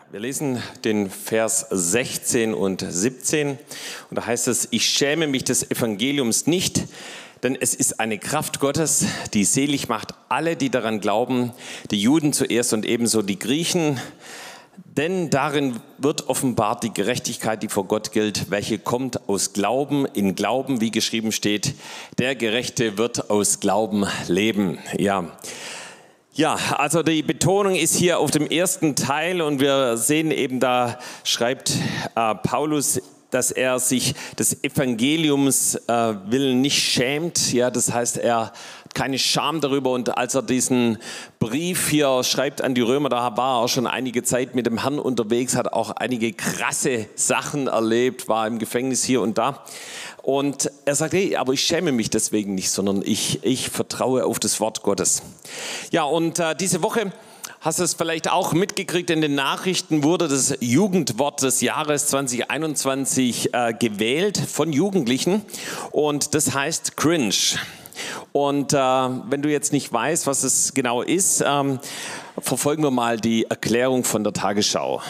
Wir lesen den Vers 16 und 17 und da heißt es: Ich schäme mich des Evangeliums nicht, denn es ist eine Kraft Gottes, die selig macht alle, die daran glauben, die Juden zuerst und ebenso die Griechen. Denn darin wird offenbart die Gerechtigkeit, die vor Gott gilt, welche kommt aus Glauben in Glauben, wie geschrieben steht, der Gerechte wird aus Glauben leben. Ja, also die Betonung ist hier auf dem ersten Teil und wir sehen eben, da schreibt Paulus, dass er sich des Evangeliums willen nicht schämt. Ja, das heißt, er hat keine Scham darüber. Und als er diesen Brief hier schreibt an die Römer, da war er schon einige Zeit mit dem Herrn unterwegs, hat auch einige krasse Sachen erlebt, war im Gefängnis hier und da. Und er sagt, hey, aber ich schäme mich deswegen nicht, sondern ich vertraue auf das Wort Gottes. Ja, und diese Woche hast du es vielleicht auch mitgekriegt, in den Nachrichten wurde das Jugendwort des Jahres 2021 gewählt von Jugendlichen und das heißt cringe. Und wenn du jetzt nicht weißt, was es genau ist, verfolgen wir mal die Erklärung von der Tagesschau.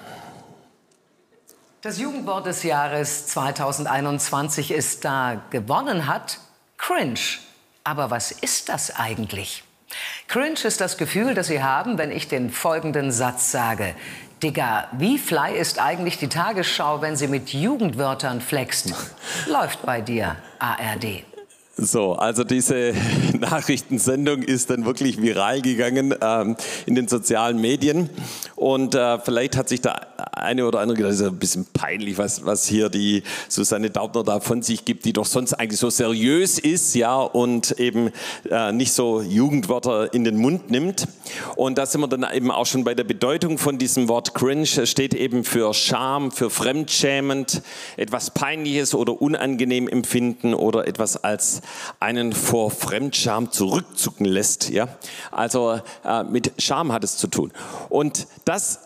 Das Jugendwort des Jahres 2021 ist da gewonnen hat cringe. Aber was ist das eigentlich? Cringe ist das Gefühl, das Sie haben, wenn ich den folgenden Satz sage. Digga, wie fly ist eigentlich die Tagesschau, wenn sie mit Jugendwörtern flext? Läuft bei dir, ARD. So, also diese Nachrichtensendung ist dann wirklich viral gegangen in den sozialen Medien und vielleicht hat sich da eine oder andere gedacht, das ist ein bisschen peinlich, was hier die Susanne Daubner da von sich gibt, die doch sonst eigentlich so seriös ist, ja, und eben nicht so Jugendwörter in den Mund nimmt. Und da sind wir dann eben auch schon bei der Bedeutung von diesem Wort cringe. Es steht eben für Scham, für fremdschämend, etwas Peinliches oder unangenehm empfinden oder etwas als einen vor Fremdscham zurückzucken lässt. Ja? Also mit Scham hat es zu tun. Und das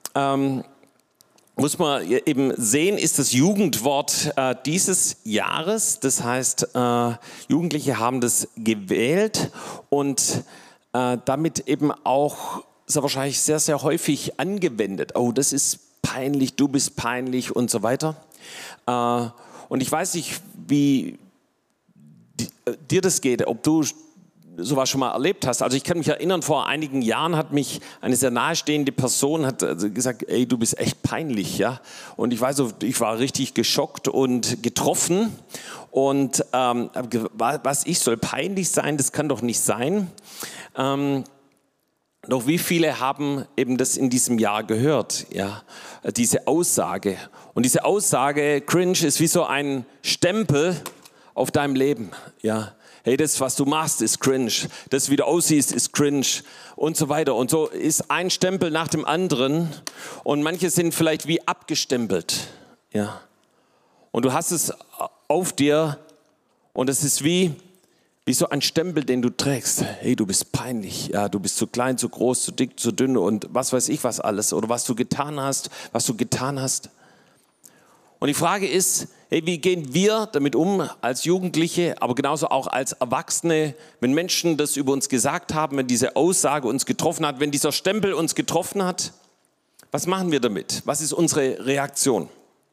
muss man eben sehen, ist das Jugendwort dieses Jahres. Das heißt, Jugendliche haben das gewählt und damit eben auch sehr wahrscheinlich sehr, sehr häufig angewendet. Oh, das ist peinlich, du bist peinlich und so weiter. Und ich weiß nicht, wie dir das geht, ob du sowas schon mal erlebt hast. Also ich kann mich erinnern, vor einigen Jahren hat mich eine sehr nahestehende Person gesagt, ey, du bist echt peinlich, ja. Und ich weiß, ich war richtig geschockt und getroffen und was, ich soll peinlich sein, das kann doch nicht sein. Doch wie viele haben eben das in diesem Jahr gehört, ja, diese Aussage. Und diese Aussage, cringe, ist wie so ein Stempel auf deinem Leben, ja. Hey, das, was du machst, ist cringe. Das, wie du aussiehst, ist cringe und so weiter. Und so ist ein Stempel nach dem anderen und manche sind vielleicht wie abgestempelt, ja. Und du hast es auf dir und es ist wie so ein Stempel, den du trägst. Hey, du bist peinlich, ja, du bist zu klein, zu groß, zu dick, zu dünn und was weiß ich was alles. Oder was du getan hast, Und die Frage ist, hey, wie gehen wir damit um als Jugendliche, aber genauso auch als Erwachsene, wenn Menschen das über uns gesagt haben, wenn diese Aussage uns getroffen hat, wenn dieser Stempel uns getroffen hat, was machen wir damit? Was ist unsere Reaktion?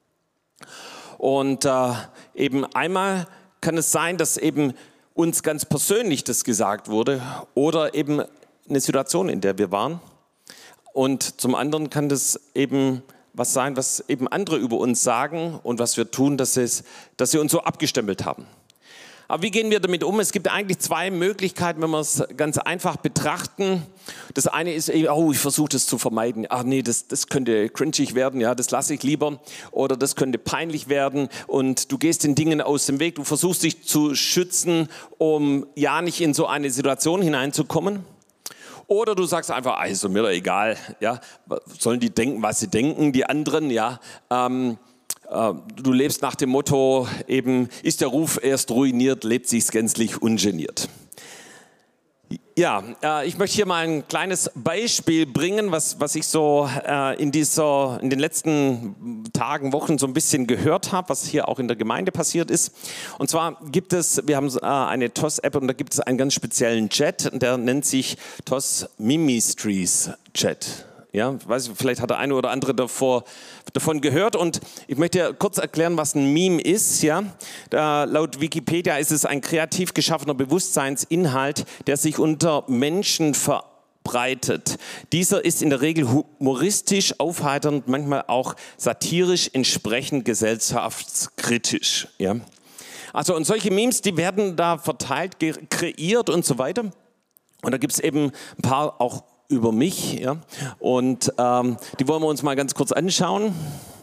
Und eben einmal kann es sein, dass eben uns ganz persönlich das gesagt wurde oder eben eine Situation, in der wir waren. Und zum anderen kann das eben was sein, was eben andere über uns sagen und was wir tun, dass sie uns so abgestempelt haben. Aber wie gehen wir damit um? Es gibt eigentlich zwei Möglichkeiten, wenn wir es ganz einfach betrachten. Das eine ist, oh, ich versuche das zu vermeiden. Ach nee, das könnte cringig werden, ja, das lasse ich lieber. Oder das könnte peinlich werden und du gehst den Dingen aus dem Weg. Du versuchst dich zu schützen, um ja nicht in so eine Situation hineinzukommen. Oder du sagst einfach, also mir doch egal, ja, sollen die denken, was sie denken, die anderen, ja. Du lebst nach dem Motto, eben ist der Ruf erst ruiniert, lebt sich's gänzlich ungeniert. Ja, ich möchte hier mal ein kleines Beispiel bringen, was ich so in den letzten Tagen, Wochen so ein bisschen gehört habe, was hier auch in der Gemeinde passiert ist. Und zwar wir haben eine TOS-App und da gibt es einen ganz speziellen Chat, der nennt sich TOS Ministries Chat. Ja, weiß ich, vielleicht hat der eine oder andere davon gehört. Und ich möchte ja kurz erklären, was ein Meme ist. Ja? Laut Wikipedia ist es ein kreativ geschaffener Bewusstseinsinhalt, der sich unter Menschen verbreitet. Dieser ist in der Regel humoristisch, aufheiternd, manchmal auch satirisch, entsprechend gesellschaftskritisch. Ja? Also und solche Memes, die werden da verteilt, kreiert und so weiter. Und da gibt es eben ein paar auch über mich. Ja? Und die wollen wir uns mal ganz kurz anschauen.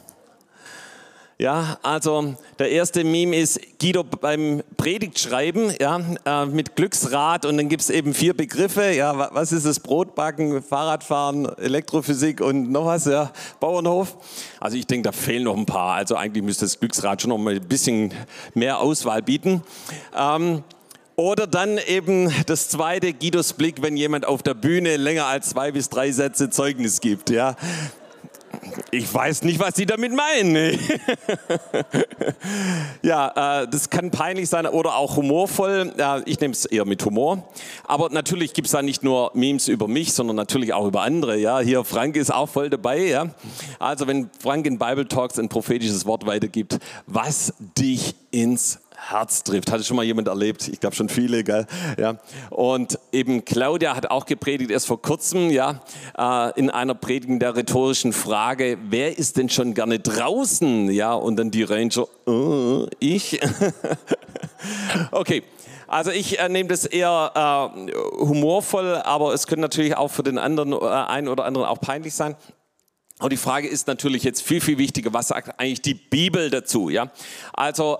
Ja, also der erste Meme ist Guido beim Predigtschreiben, ja, mit Glücksrad, und dann gibt es eben 4 Begriffe. Ja, was ist es? Brotbacken, Fahrradfahren, Elektrophysik und noch was, ja, Bauernhof. Also ich denke, da fehlen noch ein paar. Also eigentlich müsste das Glücksrad schon noch mal ein bisschen mehr Auswahl bieten. Oder dann eben das zweite, Guidos Blick, wenn jemand auf der Bühne länger als 2 bis 3 Sätze Zeugnis gibt, ja. Ich weiß nicht, was Sie damit meinen. Ja, das kann peinlich sein oder auch humorvoll. Ja, ich nehme es eher mit Humor. Aber natürlich gibt es da nicht nur Memes über mich, sondern natürlich auch über andere. Ja, hier Frank ist auch voll dabei. Ja. Also wenn Frank in Bible Talks ein prophetisches Wort weitergibt, was dich ins Herz trifft. Hat es schon mal jemand erlebt? Ich glaube schon viele, gell? Ja. Und eben Claudia hat auch gepredigt erst vor kurzem, ja, in einer Predigt der rhetorischen Frage, wer ist denn schon gerne draußen? Ja, und dann die Ranger, ich. Okay. Also ich nehme das eher humorvoll, aber es könnte natürlich auch für den anderen, einen oder anderen auch peinlich sein. Aber die Frage ist natürlich jetzt viel, viel wichtiger, was sagt eigentlich die Bibel dazu? Ja? Also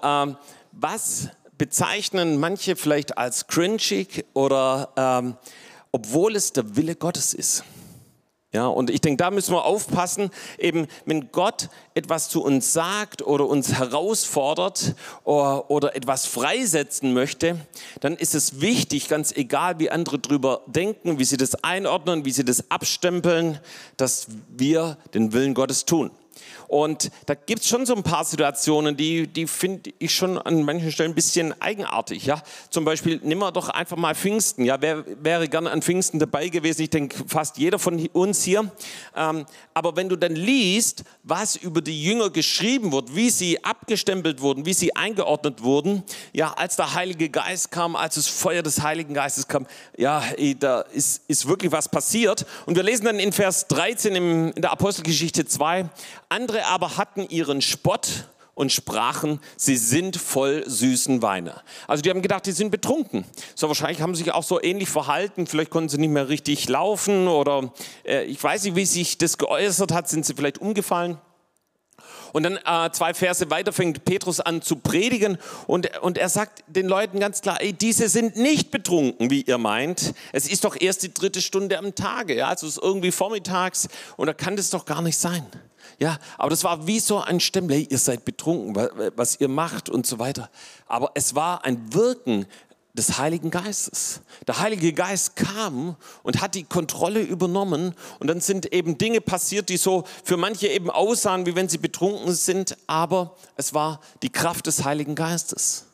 was bezeichnen manche vielleicht als cringig oder obwohl es der Wille Gottes ist? Ja, und ich denke, da müssen wir aufpassen, eben wenn Gott etwas zu uns sagt oder uns herausfordert oder etwas freisetzen möchte, dann ist es wichtig, ganz egal wie andere drüber denken, wie sie das einordnen, wie sie das abstempeln, dass wir den Willen Gottes tun. Und da gibt es schon so ein paar Situationen, die finde ich schon an manchen Stellen ein bisschen eigenartig. Ja? Zum Beispiel, nehmen wir doch einfach mal Pfingsten. Ja? Wer wäre gerne an Pfingsten dabei gewesen? Ich denke, fast jeder von uns hier. Aber wenn du dann liest, was über die Jünger geschrieben wird, wie sie abgestempelt wurden, wie sie eingeordnet wurden, ja, als der Heilige Geist kam, als das Feuer des Heiligen Geistes kam, ja, da ist wirklich was passiert. Und wir lesen dann in Vers 13 in der Apostelgeschichte 2, andere aber hatten ihren Spott und sprachen, sie sind voll süßen Weine. Also die haben gedacht, die sind betrunken. So wahrscheinlich haben sie sich auch so ähnlich verhalten. Vielleicht konnten sie nicht mehr richtig laufen oder ich weiß nicht, wie sich das geäußert hat. Sind sie vielleicht umgefallen? Und dann 2 Verse weiter fängt Petrus an zu predigen und er sagt den Leuten ganz klar, ey, diese sind nicht betrunken, wie ihr meint. Es ist doch erst die 3. Stunde am Tage, ja? Also es ist irgendwie vormittags und da kann das doch gar nicht sein. Ja, aber das war wie so ein Stempel, hey, ihr seid betrunken, was ihr macht und so weiter. Aber es war ein Wirken des Heiligen Geistes. Der Heilige Geist kam und hat die Kontrolle übernommen und dann sind eben Dinge passiert, die so für manche eben aussahen, wie wenn sie betrunken sind, aber es war die Kraft des Heiligen Geistes.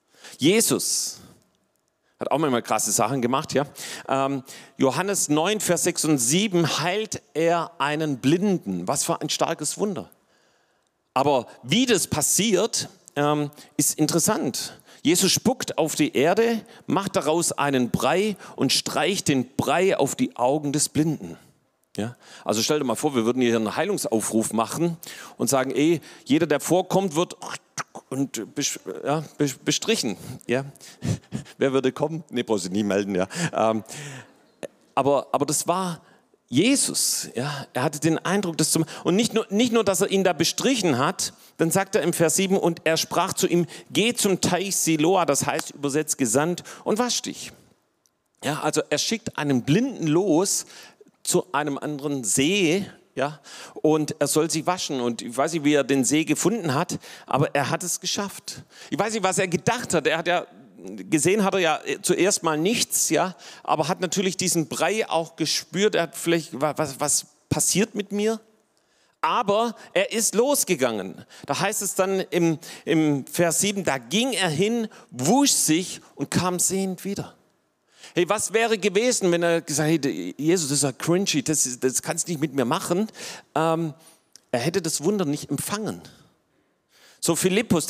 Jesus hat auch manchmal krasse Sachen gemacht, ja. Johannes 9, Vers 6 und 7 heilt er einen Blinden. Was für ein starkes Wunder. Aber wie das passiert, ist interessant. Jesus spuckt auf die Erde, macht daraus einen Brei und streicht den Brei auf die Augen des Blinden. Ja? Also stell dir mal vor, wir würden hier einen Heilungsaufruf machen und sagen, jeder, der vorkommt, wird bestrichen. Ja? Wer würde kommen? Nee, brauchst du nie melden. Ja? Aber das war Jesus. Ja? Er hatte den Eindruck, und nicht nur, dass er ihn da bestrichen hat, dann sagt er im Vers 7, und er sprach zu ihm, geh zum Teich Siloa, das heißt übersetzt gesandt, und wasch dich. Ja, also er schickt einen Blinden los zu einem anderen See, ja, und er soll sich waschen. Und ich weiß nicht, wie er den See gefunden hat, aber er hat es geschafft. Ich weiß nicht, was er gedacht hat. Gesehen hat er ja zuerst mal nichts, ja, aber hat natürlich diesen Brei auch gespürt. Er hat vielleicht, was passiert mit mir? Aber er ist losgegangen. Da heißt es dann im Vers 7, da ging er hin, wusch sich und kam sehend wieder. Hey, was wäre gewesen, wenn er gesagt hätte, Jesus, das ist ja cringy, das kannst du nicht mit mir machen. Er hätte das Wunder nicht empfangen. So Philippus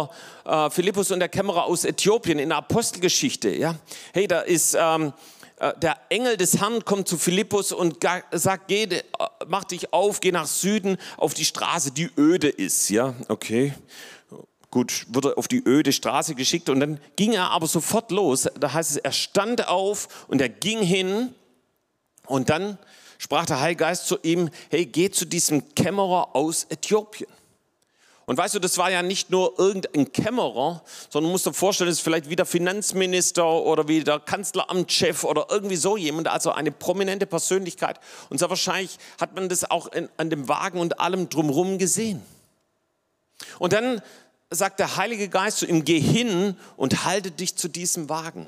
und der Kämmerer aus Äthiopien in der Apostelgeschichte. Ja? Hey, da ist der Engel des Herrn kommt zu Philippus und sagt, mach dich auf, geh nach Süden auf die Straße, die öde ist. Ja, okay. Gut, wurde auf die öde Straße geschickt und dann ging er aber sofort los. Da heißt es, er stand auf und er ging hin und dann sprach der Heilige Geist zu ihm, hey, geh zu diesem Kämmerer aus Äthiopien. Und weißt du, das war ja nicht nur irgendein Kämmerer, sondern du musst dir vorstellen, das ist vielleicht wie der Finanzminister oder wie der Kanzleramtschef oder irgendwie so jemand, also eine prominente Persönlichkeit. Und sehr wahrscheinlich hat man das auch an dem Wagen und allem drumherum gesehen. Und dann sagt der Heilige Geist zu ihm, geh hin und halte dich zu diesem Wagen.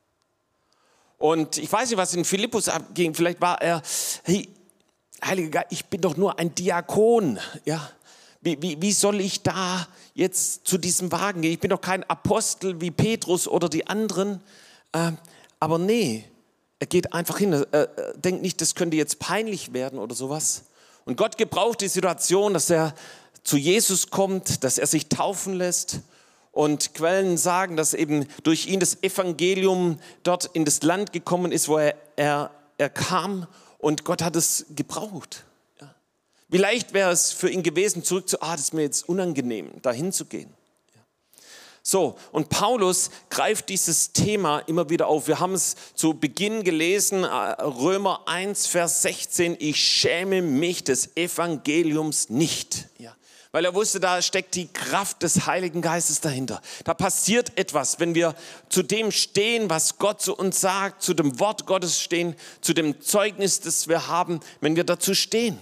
Und ich weiß nicht, was in Philippus abging. Vielleicht war er, hey, Heiliger Geist, ich bin doch nur ein Diakon. Ja, wie soll ich da jetzt zu diesem Wagen gehen? Ich bin doch kein Apostel wie Petrus oder die anderen. Aber nee, er geht einfach hin. Er denkt nicht, das könnte jetzt peinlich werden oder sowas. Und Gott gebraucht die Situation, dass er zu Jesus kommt, dass er sich taufen lässt. Und Quellen sagen, dass eben durch ihn das Evangelium dort in das Land gekommen ist, wo er kam. Und Gott hat es gebraucht. Ja. Wie leicht wäre es für ihn gewesen, das ist mir jetzt unangenehm, da hinzugehen. Ja. So, und Paulus greift dieses Thema immer wieder auf. Wir haben es zu Beginn gelesen, Römer 1, Vers 16, ich schäme mich des Evangeliums nicht. Ja. Weil er wusste, da steckt die Kraft des Heiligen Geistes dahinter. Da passiert etwas, wenn wir zu dem stehen, was Gott zu uns sagt, zu dem Wort Gottes stehen, zu dem Zeugnis, das wir haben, wenn wir dazu stehen.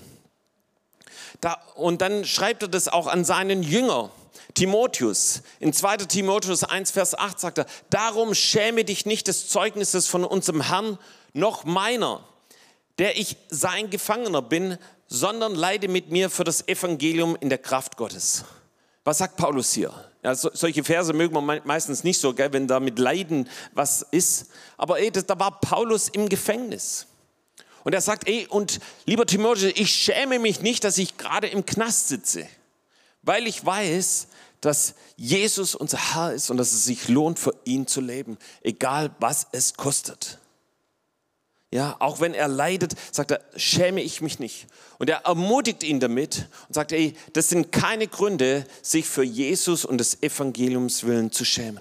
Und dann schreibt er das auch an seinen Jünger, Timotheus. In 2. Timotheus 1, Vers 8 sagt er, darum schäme dich nicht des Zeugnisses von unserem Herrn, noch meiner, der ich sein Gefangener bin, sondern leide mit mir für das Evangelium in der Kraft Gottes. Was sagt Paulus hier? Ja, solche Verse mögen wir meistens nicht so, gell, wenn da mit Leiden was ist. Aber da war Paulus im Gefängnis. Und er sagt, und lieber Timotheus, ich schäme mich nicht, dass ich gerade im Knast sitze, weil ich weiß, dass Jesus unser Herr ist und dass es sich lohnt, für ihn zu leben, egal was es kostet. Ja, auch wenn er leidet, sagt er, schäme ich mich nicht. Und er ermutigt ihn damit und sagt, das sind keine Gründe, sich für Jesus und des Evangeliums willen zu schämen.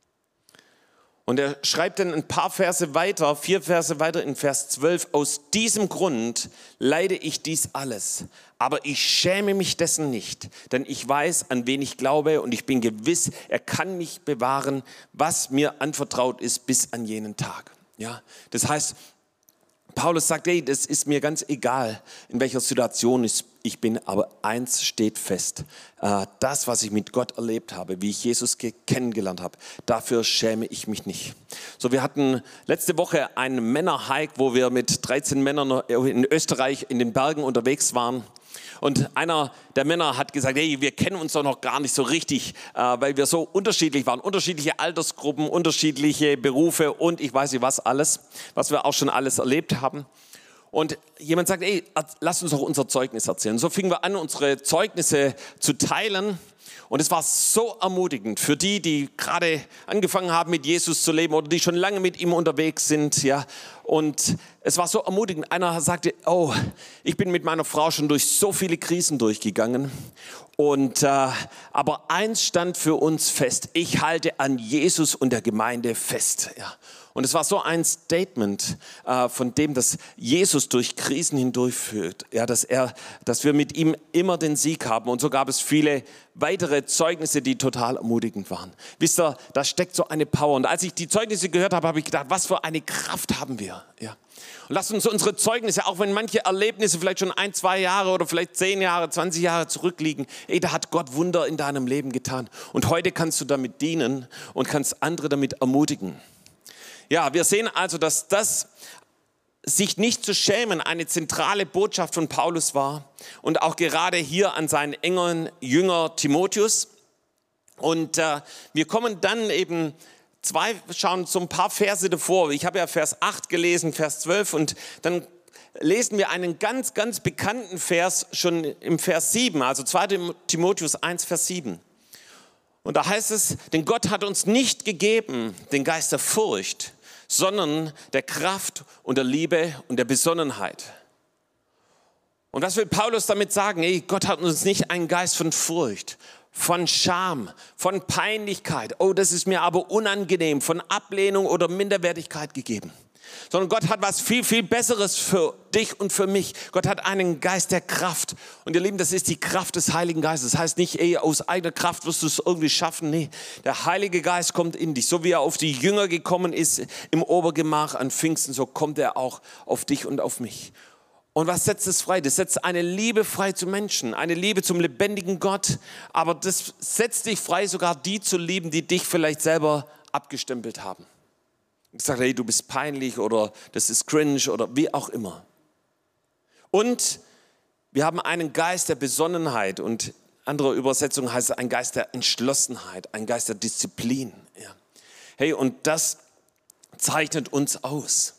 Und er schreibt dann ein paar Verse weiter, 4 Verse weiter in Vers 12, aus diesem Grund leide ich dies alles. Aber ich schäme mich dessen nicht, denn ich weiß, an wen ich glaube und ich bin gewiss, er kann mich bewahren, was mir anvertraut ist bis an jenen Tag. Ja, das heißt, Paulus sagt, das ist mir ganz egal, in welcher Situation ich bin, aber eins steht fest. Das, was ich mit Gott erlebt habe, wie ich Jesus kennengelernt habe, dafür schäme ich mich nicht. So, wir hatten letzte Woche einen Männerhike, wo wir mit 13 Männern in Österreich in den Bergen unterwegs waren. Und einer der Männer hat gesagt, wir kennen uns doch noch gar nicht so richtig, weil wir so unterschiedlich waren. Unterschiedliche Altersgruppen, unterschiedliche Berufe und ich weiß nicht was alles, was wir auch schon alles erlebt haben. Und jemand sagt, lass uns doch unser Zeugnis erzählen. So fingen wir an, unsere Zeugnisse zu teilen. Und es war so ermutigend für die gerade angefangen haben, mit Jesus zu leben oder die schon lange mit ihm unterwegs sind. Ja. Und es war so ermutigend. Einer sagte, ich bin mit meiner Frau schon durch so viele Krisen durchgegangen. Aber eins stand für uns fest. Ich halte an Jesus und der Gemeinde fest. Ja. Und es war so ein Statement von dem, dass Jesus durch Krisen hindurchführt, ja, dass wir mit ihm immer den Sieg haben. Und so gab es viele weitere Zeugnisse, die total ermutigend waren. Wisst ihr, da steckt so eine Power. Und als ich die Zeugnisse gehört habe, habe ich gedacht, was für eine Kraft haben wir. Ja. Und lasst uns unsere Zeugnisse, auch wenn manche Erlebnisse vielleicht schon 1, 2 Jahre oder vielleicht 10 Jahre, 20 Jahre zurückliegen, da hat Gott Wunder in deinem Leben getan. Und heute kannst du damit dienen und kannst andere damit ermutigen. Ja, wir sehen also, dass das sich nicht zu schämen eine zentrale Botschaft von Paulus war und auch gerade hier an seinen engen Jünger Timotheus. Und wir kommen dann eben schauen so ein paar Verse davor. Ich habe ja Vers 8 gelesen, Vers 12 und dann lesen wir einen ganz, ganz bekannten Vers schon im Vers 7, also 2. Timotheus 1, Vers 7. Und da heißt es, denn Gott hat uns nicht gegeben den Geist der Furcht, sondern der Kraft und der Liebe und der Besonnenheit. Und was will Paulus damit sagen? Hey, Gott hat uns nicht einen Geist von Furcht, von Scham, von Peinlichkeit, oh, das ist mir aber unangenehm, von Ablehnung oder Minderwertigkeit gegeben. Sondern Gott hat was viel, viel Besseres für dich und für mich. Gott hat einen Geist der Kraft. Und ihr Lieben, das ist die Kraft des Heiligen Geistes. Das heißt nicht, ey, aus eigener Kraft wirst du es irgendwie schaffen. Nee, der Heilige Geist kommt in dich. So wie er auf die Jünger gekommen ist im Obergemach an Pfingsten, so kommt er auch auf dich und auf mich. Und was setzt es frei? Das setzt eine Liebe frei zu Menschen, eine Liebe zum lebendigen Gott. Aber das setzt dich frei, sogar die zu lieben, die dich vielleicht selber abgestempelt haben. Gesagt, hey, du bist peinlich oder das ist cringe oder wie auch immer. Und wir haben einen Geist der Besonnenheit und andere Übersetzung heißt ein Geist der Entschlossenheit, ein Geist der Disziplin. Ja. Hey, und das zeichnet uns aus.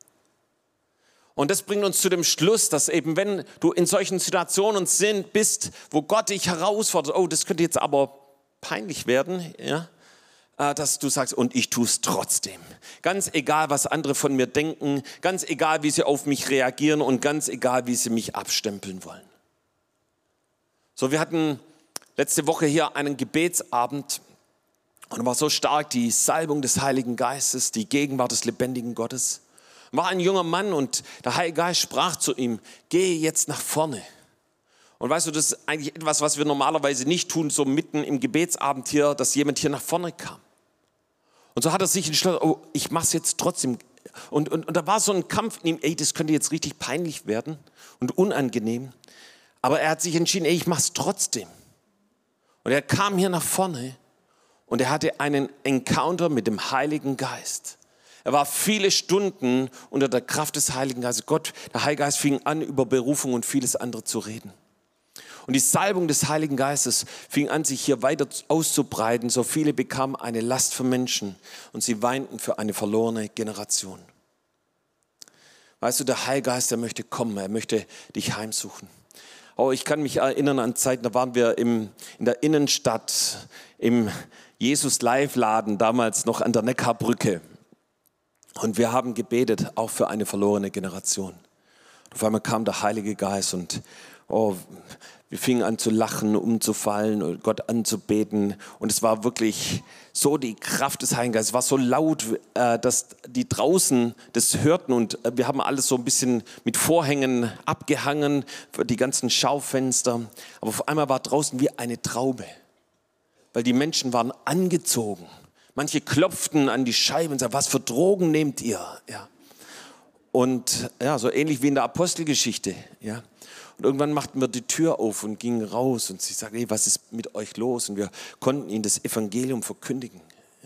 Und das bringt uns zu dem Schluss, dass eben, wenn du in solchen Situationen bist, wo Gott dich herausfordert, oh, das könnte jetzt aber peinlich werden, ja, dass du sagst, und ich tue es trotzdem. Ganz egal, was andere von mir denken, ganz egal, wie sie auf mich reagieren und ganz egal, wie sie mich abstempeln wollen. So, wir hatten letzte Woche hier einen Gebetsabend und war so stark die Salbung des Heiligen Geistes, die Gegenwart des lebendigen Gottes. War ein junger Mann und der Heilige Geist sprach zu ihm, geh jetzt nach vorne. Und weißt du, das ist eigentlich etwas, was wir normalerweise nicht tun, so mitten im Gebetsabend hier, dass jemand hier nach vorne kam. Und so hat er sich entschlossen, oh, ich mache es jetzt trotzdem. Und da war so ein Kampf in ihm, ey, das könnte jetzt richtig peinlich werden und unangenehm. Aber er hat sich entschieden, ey, ich mache es trotzdem. Und er kam hier nach vorne und er hatte einen Encounter mit dem Heiligen Geist. Er war viele Stunden unter der Kraft des Heiligen Geistes. Gott, der Heilige Geist fing an, über Berufung und vieles andere zu reden. Und die Salbung des Heiligen Geistes fing an, sich hier weiter auszubreiten. So viele bekamen eine Last für Menschen und sie weinten für eine verlorene Generation. Weißt du, der Heilige Geist, der möchte kommen, er möchte dich heimsuchen. Oh, ich kann mich erinnern an Zeiten, da waren wir in der Innenstadt, im Jesus-Live-Laden, damals noch an der Neckarbrücke. Und wir haben gebetet, auch für eine verlorene Generation. Auf einmal kam der Heilige Geist und wir fingen an zu lachen, umzufallen und Gott anzubeten. Und es war wirklich so die Kraft des Heiligen Geistes. Es war so laut, dass die draußen das hörten. Und wir haben alles so ein bisschen mit Vorhängen abgehangen, die ganzen Schaufenster. Aber auf einmal war draußen wie eine Traube, weil die Menschen waren angezogen. Manche klopften an die Scheibe und sagten, was für Drogen nehmt ihr? Ja. Und ja, so ähnlich wie in der Apostelgeschichte. Ja. Und irgendwann machten wir die Tür auf und gingen raus und sie sagten, hey, was ist mit euch los? Und wir konnten ihnen das Evangelium verkündigen. Ja.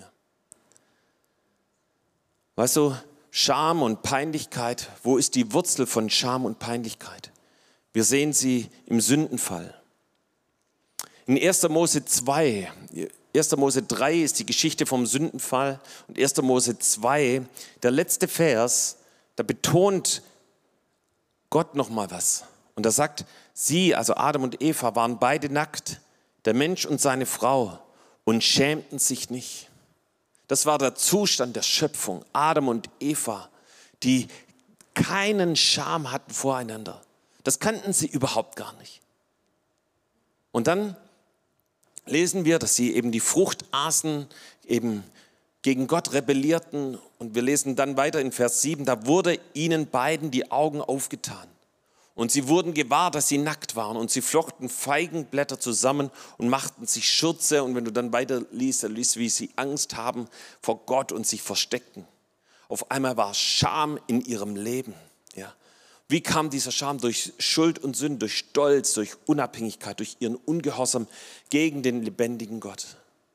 Weißt du, Scham und Peinlichkeit, wo ist die Wurzel von Scham und Peinlichkeit? Wir sehen sie im Sündenfall. In 1. Mose 2, 1. Mose 3 ist die Geschichte vom Sündenfall und 1. Mose 2, der letzte Vers, da betont Gott nochmal was. Und er sagt, sie, also Adam und Eva, waren beide nackt, der Mensch und seine Frau, und schämten sich nicht. Das war der Zustand der Schöpfung, Adam und Eva, die keinen Scham hatten voreinander. Das kannten sie überhaupt gar nicht. Und dann lesen wir, dass sie eben die Frucht aßen, eben gegen Gott rebellierten. Und wir lesen dann weiter in Vers 7, da wurde ihnen beiden die Augen aufgetan. Und sie wurden gewahr, dass sie nackt waren. Und sie flochten Feigenblätter zusammen und machten sich Schürze. Und wenn du dann weiter liest, dann liest du, wie sie Angst haben vor Gott und sich versteckten. Auf einmal war Scham in ihrem Leben. Ja. Wie kam dieser Scham? Durch Schuld und Sünde, durch Stolz, durch Unabhängigkeit, durch ihren Ungehorsam gegen den lebendigen Gott.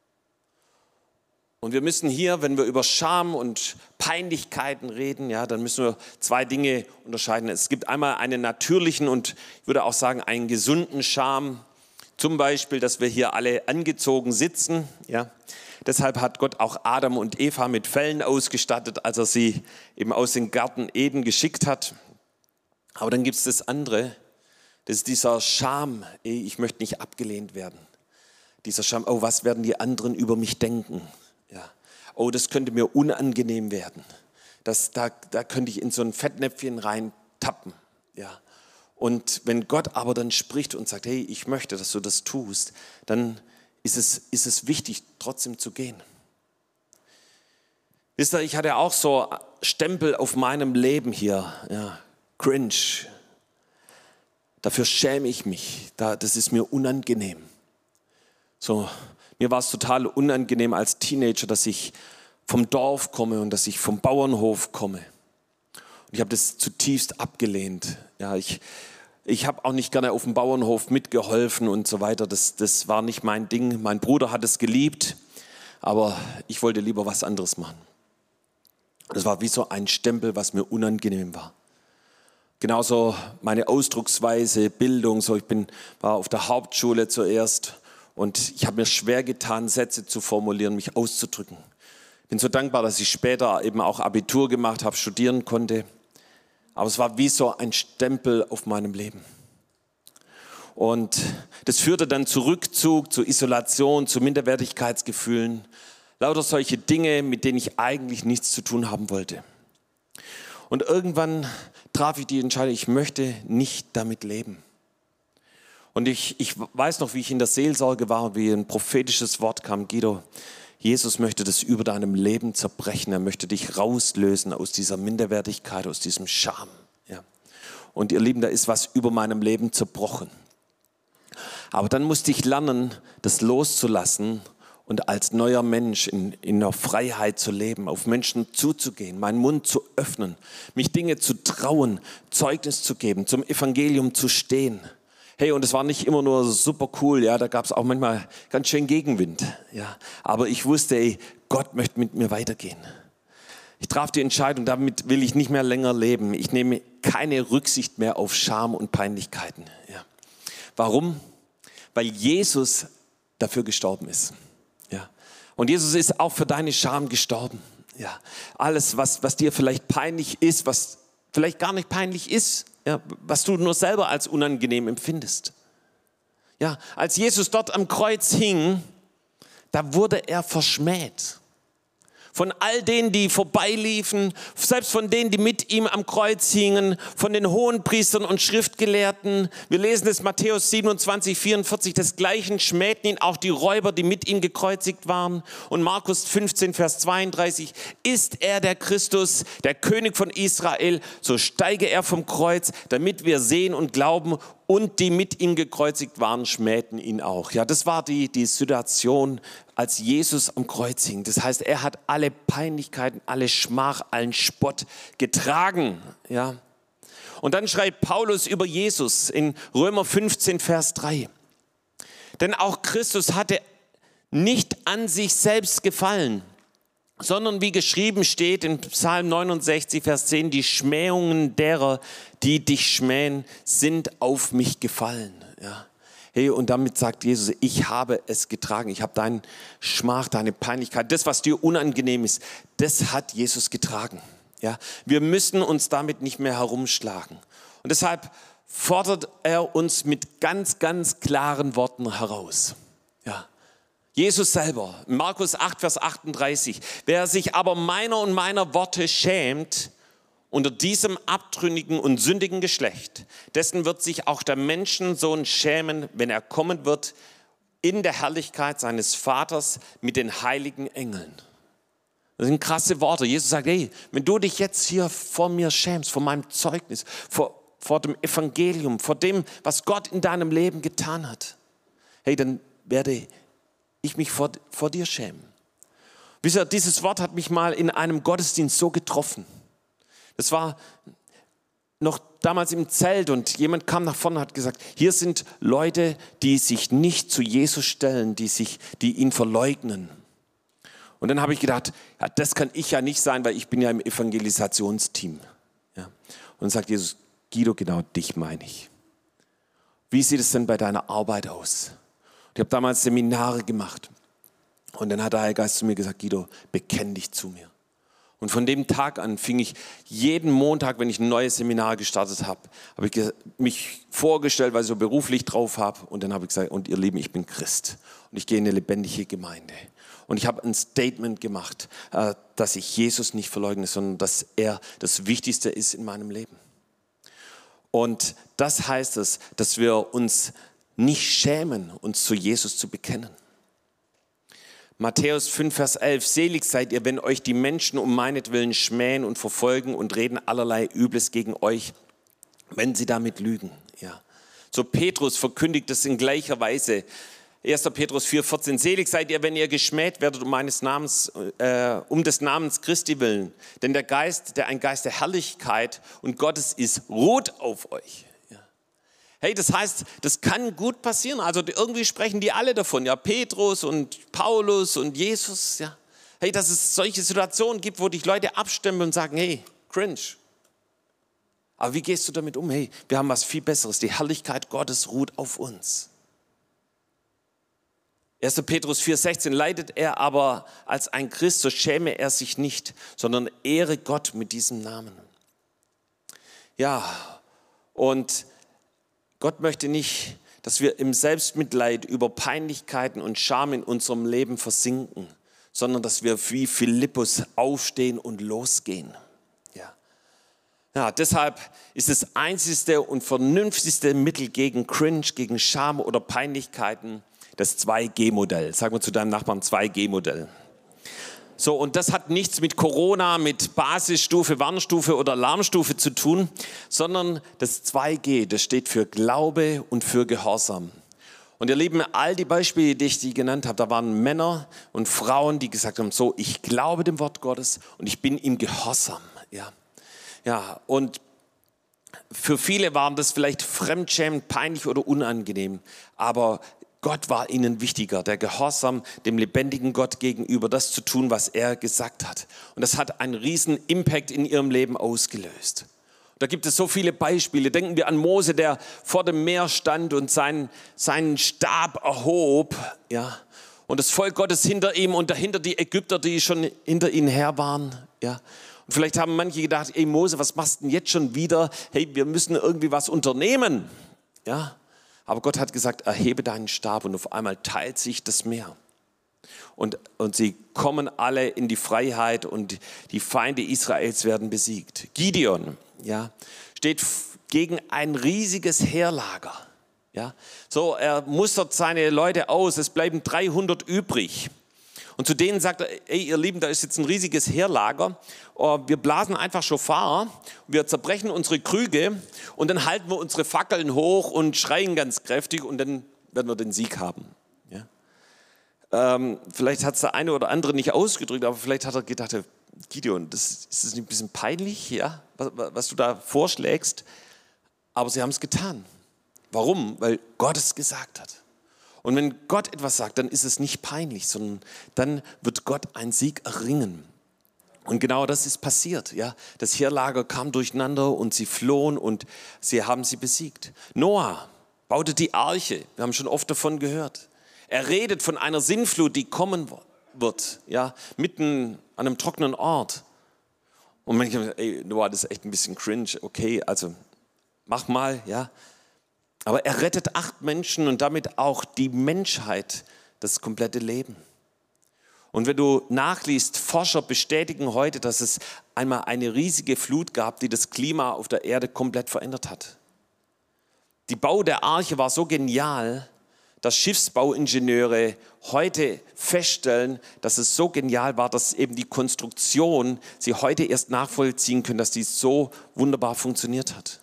Und wir müssen hier, wenn wir über Scham und Peinlichkeiten reden, ja, dann müssen wir zwei Dinge unterscheiden. Es gibt einmal einen natürlichen und ich würde auch sagen einen gesunden Scham. Zum Beispiel, dass wir hier alle angezogen sitzen. Ja. Deshalb hat Gott auch Adam und Eva mit Fellen ausgestattet, als er sie eben aus dem Garten Eden geschickt hat. Aber dann gibt es das andere, das ist dieser Scham, ich möchte nicht abgelehnt werden. Dieser Scham, oh, was werden die anderen über mich denken? Ja. Oh, das könnte mir unangenehm werden. Da könnte ich in so ein Fettnäpfchen reintappen. Ja. Und wenn Gott aber dann spricht und sagt, hey, ich möchte, dass du das tust, dann ist es wichtig, trotzdem zu gehen. Wisst ihr, ich hatte auch so Stempel auf meinem Leben hier, ja, cringe. Dafür schäme ich mich, das ist mir unangenehm. So, mir war es total unangenehm als Teenager, dass ich vom Dorf komme und dass ich vom Bauernhof komme. Und ich habe das zutiefst abgelehnt. Ja, ich habe auch nicht gerne auf dem Bauernhof mitgeholfen und so weiter. Das war nicht mein Ding. Mein Bruder hat es geliebt, aber ich wollte lieber was anderes machen. Das war wie so ein Stempel, was mir unangenehm war. Genauso meine Ausdrucksweise, Bildung. So, war auf der Hauptschule zuerst und ich habe mir schwer getan, Sätze zu formulieren, mich auszudrücken. Ich bin so dankbar, dass ich später eben auch Abitur gemacht habe, studieren konnte. Aber es war wie so ein Stempel auf meinem Leben. Und das führte dann zu Rückzug, zu Isolation, zu Minderwertigkeitsgefühlen. Lauter solche Dinge, mit denen ich eigentlich nichts zu tun haben wollte. Und irgendwann traf ich die Entscheidung, ich möchte nicht damit leben. Und ich weiß noch, wie ich in der Seelsorge war und wie ein prophetisches Wort kam, Guido, Jesus möchte das über deinem Leben zerbrechen. Er möchte dich rauslösen aus dieser Minderwertigkeit, aus diesem Scham. Ja. Und ihr Lieben, da ist was über meinem Leben zerbrochen. Aber dann musste ich lernen, das loszulassen und als neuer Mensch in der Freiheit zu leben, auf Menschen zuzugehen, meinen Mund zu öffnen, mich Dinge zu trauen, Zeugnis zu geben, zum Evangelium zu stehen. Hey, und es war nicht immer nur super cool, ja, da gab es auch manchmal ganz schön Gegenwind, ja. Aber ich wusste, ey, Gott möchte mit mir weitergehen. Ich traf die Entscheidung, damit will ich nicht mehr länger leben. Ich nehme keine Rücksicht mehr auf Scham und Peinlichkeiten. Ja. Warum? Weil Jesus dafür gestorben ist. Ja. Und Jesus ist auch für deine Scham gestorben. Ja. Alles, was dir vielleicht peinlich ist, was vielleicht gar nicht peinlich ist, ja, was du nur selber als unangenehm empfindest. Ja, als Jesus dort am Kreuz hing, da wurde er verschmäht. Von all denen, die vorbeiliefen, selbst von denen, die mit ihm am Kreuz hingen, von den Hohenpriestern und Schriftgelehrten. Wir lesen es Matthäus 27, 44, desgleichen schmähten ihn auch die Räuber, die mit ihm gekreuzigt waren. Und Markus 15, Vers 32, ist er der Christus, der König von Israel, so steige er vom Kreuz, damit wir sehen und glauben. Und die mit ihm gekreuzigt waren, schmähten ihn auch. Ja, das war die Situation, als Jesus am Kreuz hing. Das heißt, er hat alle Peinlichkeiten, alle Schmach, allen Spott getragen. Ja. Und dann schreibt Paulus über Jesus in Römer 15, Vers 3. Denn auch Christus hatte nicht an sich selbst gefallen, sondern wie geschrieben steht in Psalm 69, Vers 10, die Schmähungen derer, die dich schmähen, sind auf mich gefallen. Ja. Hey, und damit sagt Jesus, ich habe es getragen. Ich habe deinen Schmach, deine Peinlichkeit, das, was dir unangenehm ist, das hat Jesus getragen. Ja. Wir müssen uns damit nicht mehr herumschlagen. Und deshalb fordert er uns mit ganz, ganz klaren Worten heraus. Ja. Jesus selber, Markus 8, Vers 38, wer sich aber meiner und meiner Worte schämt, unter diesem abtrünnigen und sündigen Geschlecht, dessen wird sich auch der Menschensohn schämen, wenn er kommen wird in der Herrlichkeit seines Vaters mit den heiligen Engeln. Das sind krasse Worte. Jesus sagt, hey, wenn du dich jetzt hier vor mir schämst, vor meinem Zeugnis, vor dem Evangelium, vor dem, was Gott in deinem Leben getan hat, hey, dann werde ich mich vor dir schämen. Wisst ihr, dieses Wort hat mich mal in einem Gottesdienst so getroffen. Das war noch damals im Zelt und jemand kam nach vorne und hat gesagt, hier sind Leute, die sich nicht zu Jesus stellen, die ihn verleugnen. Und dann habe ich gedacht, ja, das kann ich ja nicht sein, weil ich bin ja im Evangelisationsteam. Ja. Und dann sagt Jesus, Guido, genau dich meine ich. Wie sieht es denn bei deiner Arbeit aus? Ich habe damals Seminare gemacht. Und dann hat der Heilige Geist zu mir gesagt, Guido, bekenn dich zu mir. Und von dem Tag an fing ich jeden Montag, wenn ich ein neues Seminar gestartet habe, habe ich mich vorgestellt, weil ich so beruflich drauf habe. Und dann habe ich gesagt, und ihr Lieben, ich bin Christ. Und ich gehe in eine lebendige Gemeinde. Und ich habe ein Statement gemacht, dass ich Jesus nicht verleugne, sondern dass er das Wichtigste ist in meinem Leben. Und das heißt es, dass wir uns nicht schämen, uns zu Jesus zu bekennen. Matthäus 5, Vers 11, selig seid ihr, wenn euch die Menschen um meinetwillen schmähen und verfolgen und reden allerlei Übles gegen euch, wenn sie damit lügen. Ja. So Petrus verkündigt es in gleicher Weise. 1. Petrus 4, 14, selig seid ihr, wenn ihr geschmäht werdet um des Namens Christi willen. Denn der Geist, der ein Geist der Herrlichkeit und Gottes ist, ruht auf euch. Hey, das heißt, das kann gut passieren. Also irgendwie sprechen die alle davon, ja, Petrus und Paulus und Jesus, ja. Hey, dass es solche Situationen gibt, wo dich Leute abstimmen und sagen, hey, cringe. Aber wie gehst du damit um? Hey, wir haben was viel Besseres. Die Herrlichkeit Gottes ruht auf uns. 1. Petrus 4,16, leidet er aber als ein Christ, so schäme er sich nicht, sondern ehre Gott mit diesem Namen. Ja, und Gott möchte nicht, dass wir im Selbstmitleid über Peinlichkeiten und Scham in unserem Leben versinken, sondern dass wir wie Philippus aufstehen und losgehen. Ja, deshalb ist das einzigste und vernünftigste Mittel gegen Cringe, gegen Scham oder Peinlichkeiten das 2G-Modell. Sag mal zu deinem Nachbarn 2G-Modell. So, und das hat nichts mit Corona, mit Basisstufe, Warnstufe oder Alarmstufe zu tun, sondern das 2G, das steht für Glaube und für Gehorsam. Und ihr Lieben, all die Beispiele, die ich genannt habe, da waren Männer und Frauen, die gesagt haben, so, ich glaube dem Wort Gottes und ich bin ihm gehorsam. Ja, und für viele waren das vielleicht fremdschämend, peinlich oder unangenehm, aber Gott war ihnen wichtiger, der Gehorsam dem lebendigen Gott gegenüber, das zu tun, was er gesagt hat. Und das hat einen riesen Impact in ihrem Leben ausgelöst. Da gibt es so viele Beispiele. Denken wir an Mose, der vor dem Meer stand und seinen Stab erhob. Ja. Und das Volk Gottes hinter ihm und dahinter die Ägypter, die schon hinter ihnen her waren. Ja. Und vielleicht haben manche gedacht, ey Mose, was machst du denn jetzt schon wieder? Hey, wir müssen irgendwie was unternehmen. Ja. Aber Gott hat gesagt, erhebe deinen Stab und auf einmal teilt sich das Meer. Und sie kommen alle in die Freiheit und die Feinde Israels werden besiegt. Gideon, ja, steht gegen ein riesiges Heerlager. Ja. So, er mustert seine Leute aus, es bleiben 300 übrig. Und zu denen sagt er, ey ihr Lieben, da ist jetzt ein riesiges Heerlager, wir blasen einfach Schofar, wir zerbrechen unsere Krüge und dann halten wir unsere Fackeln hoch und schreien ganz kräftig und dann werden wir den Sieg haben. Ja? Vielleicht hat es der eine oder andere nicht ausgedrückt, aber vielleicht hat er gedacht, Gideon, ist das nicht ein bisschen peinlich, ja? Was du da vorschlägst? Aber sie haben es getan. Warum? Weil Gott es gesagt hat. Und wenn Gott etwas sagt, dann ist es nicht peinlich, sondern dann wird Gott einen Sieg erringen. Und genau das ist passiert. Ja? Das Heerlager kam durcheinander und sie flohen und sie haben sie besiegt. Noah baute die Arche. Wir haben schon oft davon gehört. Er redet von einer Sintflut, die kommen wird, ja? Mitten an einem trockenen Ort. Und manche sagen, ey, Noah, das ist echt ein bisschen cringe. Okay, also mach mal, ja. Aber er rettet 8 Menschen und damit auch die Menschheit, das komplette Leben. Und wenn du nachliest, Forscher bestätigen heute, dass es einmal eine riesige Flut gab, die das Klima auf der Erde komplett verändert hat. Die Bau der Arche war so genial, dass Schiffsbauingenieure heute feststellen, dass es so genial war, dass eben die Konstruktion sie heute erst nachvollziehen können, dass die so wunderbar funktioniert hat.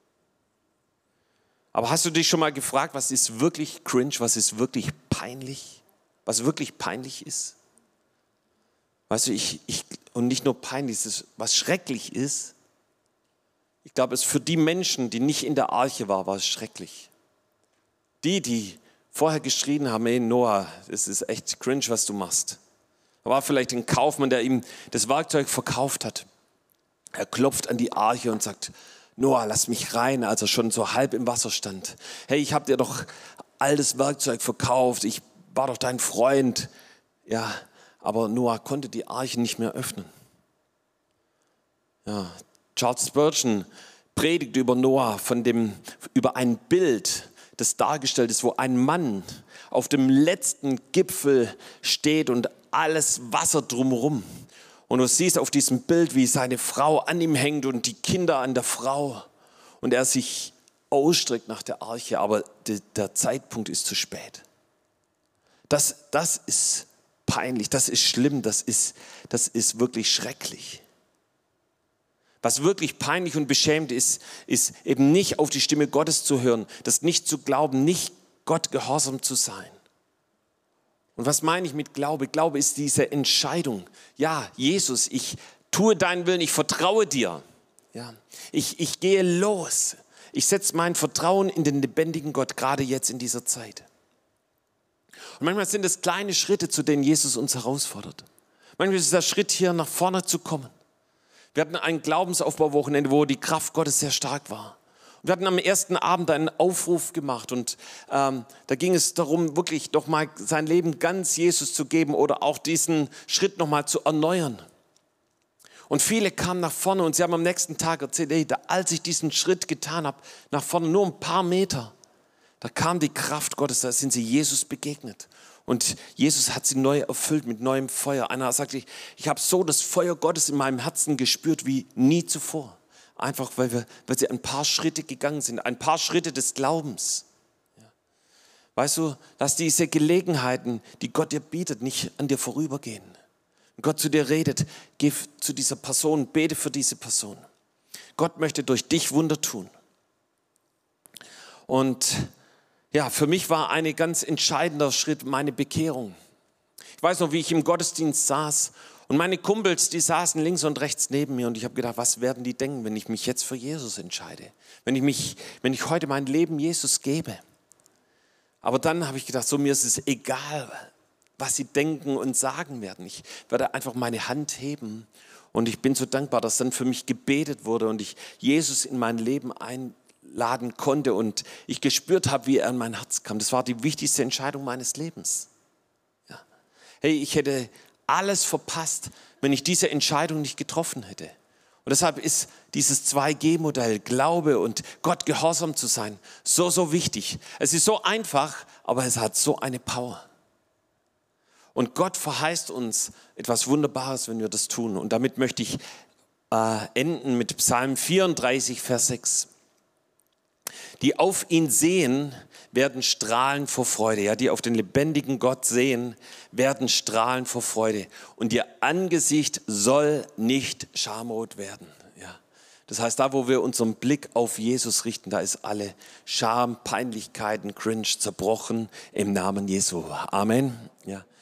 Aber hast du dich schon mal gefragt, was ist wirklich cringe, was ist wirklich peinlich? Was wirklich peinlich ist? Weißt du, und nicht nur peinlich, was schrecklich ist. Ich glaube, es für die Menschen, die nicht in der Arche waren, war es schrecklich. Die vorher geschrien haben, ey Noah, das ist echt cringe, was du machst. Da war vielleicht ein Kaufmann, der ihm das Werkzeug verkauft hat. Er klopft an die Arche und sagt, Noah, lass mich rein, als er schon so halb im Wasser stand. Hey, ich habe dir doch all das Werkzeug verkauft, ich war doch dein Freund. Ja, aber Noah konnte die Arche nicht mehr öffnen. Ja, Charles Spurgeon predigt über Noah über ein Bild, das dargestellt ist, wo ein Mann auf dem letzten Gipfel steht und alles Wasser drumherum. Und du siehst auf diesem Bild, wie seine Frau an ihm hängt und die Kinder an der Frau. Und er sich ausstreckt nach der Arche, aber der Zeitpunkt ist zu spät. Das ist peinlich, das ist schlimm, das ist wirklich schrecklich. Was wirklich peinlich und beschämend ist eben nicht auf die Stimme Gottes zu hören, das nicht zu glauben, nicht Gott gehorsam zu sein. Und was meine ich mit Glaube? Glaube ist diese Entscheidung. Ja, Jesus, ich tue deinen Willen, ich vertraue dir. Ja, ich gehe los. Ich setze mein Vertrauen in den lebendigen Gott, gerade jetzt in dieser Zeit. Und manchmal sind es kleine Schritte, zu denen Jesus uns herausfordert. Manchmal ist es der Schritt, hier nach vorne zu kommen. Wir hatten ein Glaubensaufbauwochenende, wo die Kraft Gottes sehr stark war. Wir hatten am ersten Abend einen Aufruf gemacht und da ging es darum, wirklich doch mal sein Leben ganz Jesus zu geben oder auch diesen Schritt noch mal zu erneuern. Und viele kamen nach vorne und sie haben am nächsten Tag erzählt, hey, als ich diesen Schritt getan habe, nach vorne nur ein paar Meter, da kam die Kraft Gottes, da sind sie Jesus begegnet. Und Jesus hat sie neu erfüllt mit neuem Feuer. Einer sagte, ich habe so das Feuer Gottes in meinem Herzen gespürt wie nie zuvor. Einfach, weil sie ein paar Schritte gegangen sind, ein paar Schritte des Glaubens. Ja. Weißt du, lass diese Gelegenheiten, die Gott dir bietet, nicht an dir vorübergehen. Wenn Gott zu dir redet, geh zu dieser Person, bete für diese Person. Gott möchte durch dich Wunder tun. Und ja, für mich war ein ganz entscheidender Schritt meine Bekehrung. Ich weiß noch, wie ich im Gottesdienst saß und meine Kumpels, die saßen links und rechts neben mir und ich habe gedacht, was werden die denken, wenn ich mich jetzt für Jesus entscheide? Wenn ich heute mein Leben Jesus gebe? Aber dann habe ich gedacht, so mir ist es egal, was sie denken und sagen werden. Ich werde einfach meine Hand heben und ich bin so dankbar, dass dann für mich gebetet wurde und ich Jesus in mein Leben einladen konnte und ich gespürt habe, wie er in mein Herz kam. Das war die wichtigste Entscheidung meines Lebens. Ja. Hey, ich hätte alles verpasst, wenn ich diese Entscheidung nicht getroffen hätte. Und deshalb ist dieses 2G-Modell, Glaube und Gott gehorsam zu sein, so, so wichtig. Es ist so einfach, aber es hat so eine Power. Und Gott verheißt uns etwas Wunderbares, wenn wir das tun. Und damit möchte ich enden mit Psalm 34, Vers 6. Die auf ihn sehen, werden strahlen vor Freude. Ja, die auf den lebendigen Gott sehen, werden strahlen vor Freude. Und ihr Angesicht soll nicht schamrot werden. Ja. Das heißt, da, wo wir unseren Blick auf Jesus richten, da ist alle Scham, Peinlichkeiten, Cringe zerbrochen im Namen Jesu. Amen. Ja.